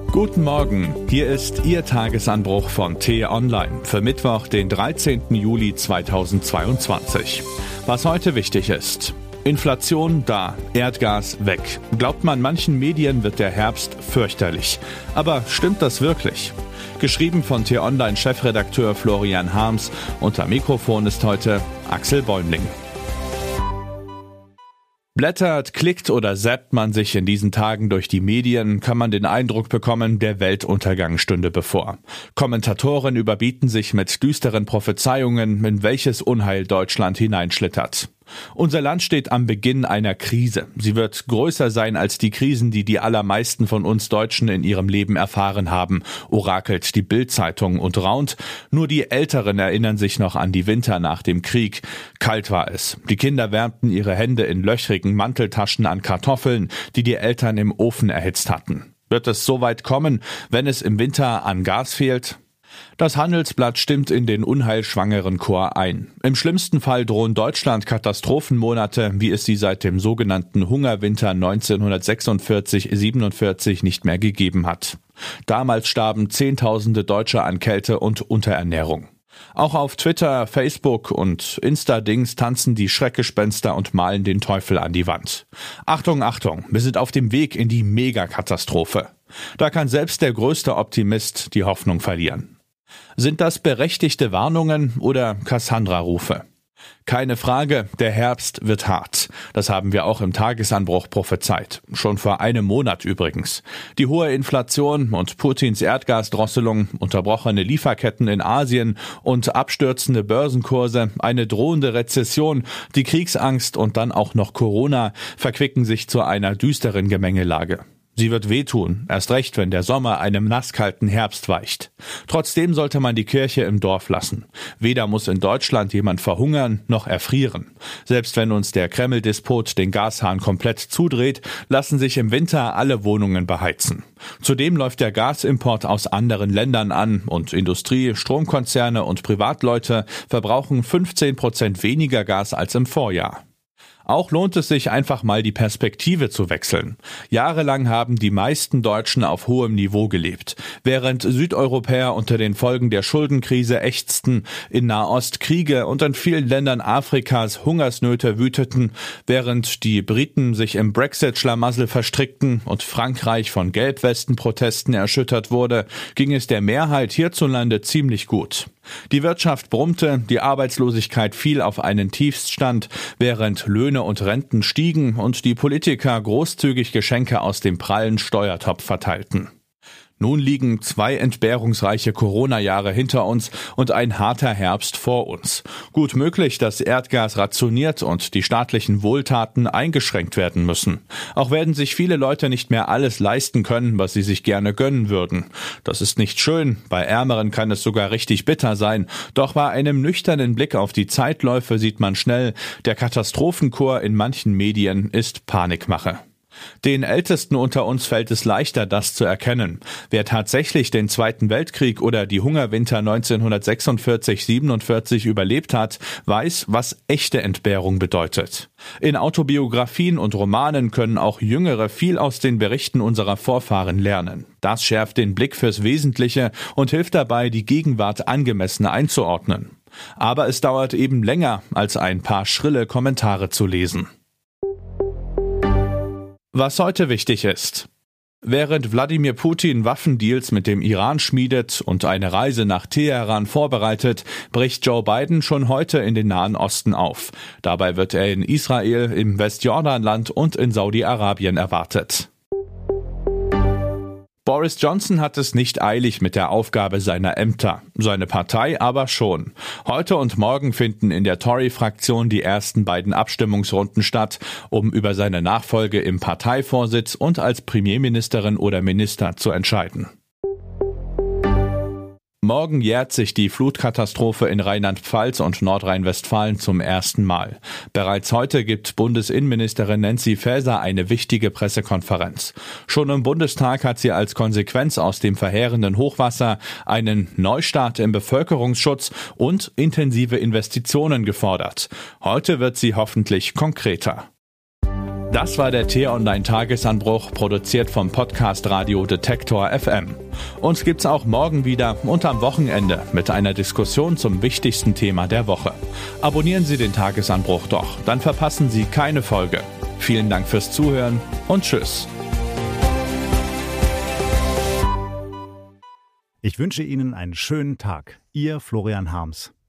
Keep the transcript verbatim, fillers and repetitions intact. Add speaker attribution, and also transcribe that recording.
Speaker 1: Guten Morgen, hier ist Ihr Tagesanbruch von T-Online für Mittwoch, den dreizehnten Juli zweitausendzweiundzwanzig. Was heute wichtig ist: Inflation da, Erdgas weg. Glaubt man manchen Medien, wird der Herbst fürchterlich. Aber stimmt das wirklich? Geschrieben von T-Online-Chefredakteur Florian Harms. Unter Mikrofon ist heute Axel Bäumling. Blättert, klickt oder zappt man sich in diesen Tagen durch die Medien, kann man den Eindruck bekommen, der Weltuntergang stünde bevor. Kommentatoren überbieten sich mit düsteren Prophezeiungen, in welches Unheil Deutschland hineinschlittert. Unser Land steht am Beginn einer Krise. Sie wird größer sein als die Krisen, die die allermeisten von uns Deutschen in ihrem Leben erfahren haben, orakelt die Bild-Zeitung und raunt: Nur die Älteren erinnern sich noch an die Winter nach dem Krieg. Kalt war es. Die Kinder wärmten ihre Hände in löchrigen Manteltaschen an Kartoffeln, die die Eltern im Ofen erhitzt hatten. Wird es so weit kommen, wenn es im Winter an Gas fehlt? Das Handelsblatt stimmt in den unheilschwangeren Chor ein. Im schlimmsten Fall drohen Deutschland Katastrophenmonate, wie es sie seit dem sogenannten Hungerwinter neunzehnhundertsechsundvierzig siebenundvierzig nicht mehr gegeben hat. Damals starben Zehntausende Deutsche an Kälte und Unterernährung. Auch auf Twitter, Facebook und Insta-Dings tanzen die Schreckgespenster und malen den Teufel an die Wand. Achtung, Achtung, wir sind auf dem Weg in die Megakatastrophe. Da kann selbst der größte Optimist die Hoffnung verlieren. Sind das berechtigte Warnungen oder Cassandra-Rufe? Keine Frage, der Herbst wird hart. Das haben wir auch im Tagesanbruch prophezeit. Schon vor einem Monat übrigens. Die hohe Inflation und Putins Erdgasdrosselung, unterbrochene Lieferketten in Asien und abstürzende Börsenkurse, eine drohende Rezession, die Kriegsangst und dann auch noch Corona verquicken sich zu einer düsteren Gemengelage. Sie wird wehtun, erst recht, wenn der Sommer einem nasskalten Herbst weicht. Trotzdem sollte man die Kirche im Dorf lassen. Weder muss in Deutschland jemand verhungern, noch erfrieren. Selbst wenn uns der Kreml-Despot den Gashahn komplett zudreht, lassen sich im Winter alle Wohnungen beheizen. Zudem läuft der Gasimport aus anderen Ländern an und Industrie, Stromkonzerne und Privatleute verbrauchen fünfzehn Prozent weniger Gas als im Vorjahr. Auch lohnt es sich einfach mal, die Perspektive zu wechseln. Jahrelang haben die meisten Deutschen auf hohem Niveau gelebt. Während Südeuropäer unter den Folgen der Schuldenkrise ächzten, in Nahost Kriege und in vielen Ländern Afrikas Hungersnöte wüteten, während die Briten sich im Brexit-Schlamassel verstrickten und Frankreich von Gelbwesten-Protesten erschüttert wurde, ging es der Mehrheit hierzulande ziemlich gut. Die Wirtschaft brummte, die Arbeitslosigkeit fiel auf einen Tiefststand, während Löhne und Renten stiegen und die Politiker großzügig Geschenke aus dem prallen Steuertopf verteilten. Nun liegen zwei entbehrungsreiche Corona-Jahre hinter uns und ein harter Herbst vor uns. Gut möglich, dass Erdgas rationiert und die staatlichen Wohltaten eingeschränkt werden müssen. Auch werden sich viele Leute nicht mehr alles leisten können, was sie sich gerne gönnen würden. Das ist nicht schön, bei Ärmeren kann es sogar richtig bitter sein. Doch bei einem nüchternen Blick auf die Zeitläufe sieht man schnell, der Katastrophenchor in manchen Medien ist Panikmache. Den Ältesten unter uns fällt es leichter, das zu erkennen. Wer tatsächlich den Zweiten Weltkrieg oder die Hungerwinter neunzehnhundertsechsundvierzig siebenundvierzig überlebt hat, weiß, was echte Entbehrung bedeutet. In Autobiografien und Romanen können auch Jüngere viel aus den Berichten unserer Vorfahren lernen. Das schärft den Blick fürs Wesentliche und hilft dabei, die Gegenwart angemessen einzuordnen. Aber es dauert eben länger, als ein paar schrille Kommentare zu lesen. Was heute wichtig ist: Während Wladimir Putin Waffendeals mit dem Iran schmiedet und eine Reise nach Teheran vorbereitet, bricht Joe Biden schon heute in den Nahen Osten auf. Dabei wird er in Israel, im Westjordanland und in Saudi-Arabien erwartet. Boris Johnson hat es nicht eilig mit der Aufgabe seiner Ämter, seine Partei aber schon. Heute und morgen finden in der Tory-Fraktion die ersten beiden Abstimmungsrunden statt, um über seine Nachfolge im Parteivorsitz und als Premierministerin oder Minister zu entscheiden. Morgen jährt sich die Flutkatastrophe in Rheinland-Pfalz und Nordrhein-Westfalen zum ersten Mal. Bereits heute gibt Bundesinnenministerin Nancy Faeser eine wichtige Pressekonferenz. Schon im Bundestag hat sie als Konsequenz aus dem verheerenden Hochwasser einen Neustart im Bevölkerungsschutz und intensive Investitionen gefordert. Heute wird sie hoffentlich konkreter. Das war der T-Online-Tagesanbruch, produziert vom Podcast Radio Detektor F M. Uns gibt's auch morgen wieder und am Wochenende mit einer Diskussion zum wichtigsten Thema der Woche. Abonnieren Sie den Tagesanbruch doch, dann verpassen Sie keine Folge. Vielen Dank fürs Zuhören und tschüss.
Speaker 2: Ich wünsche Ihnen einen schönen Tag. Ihr Florian Harms.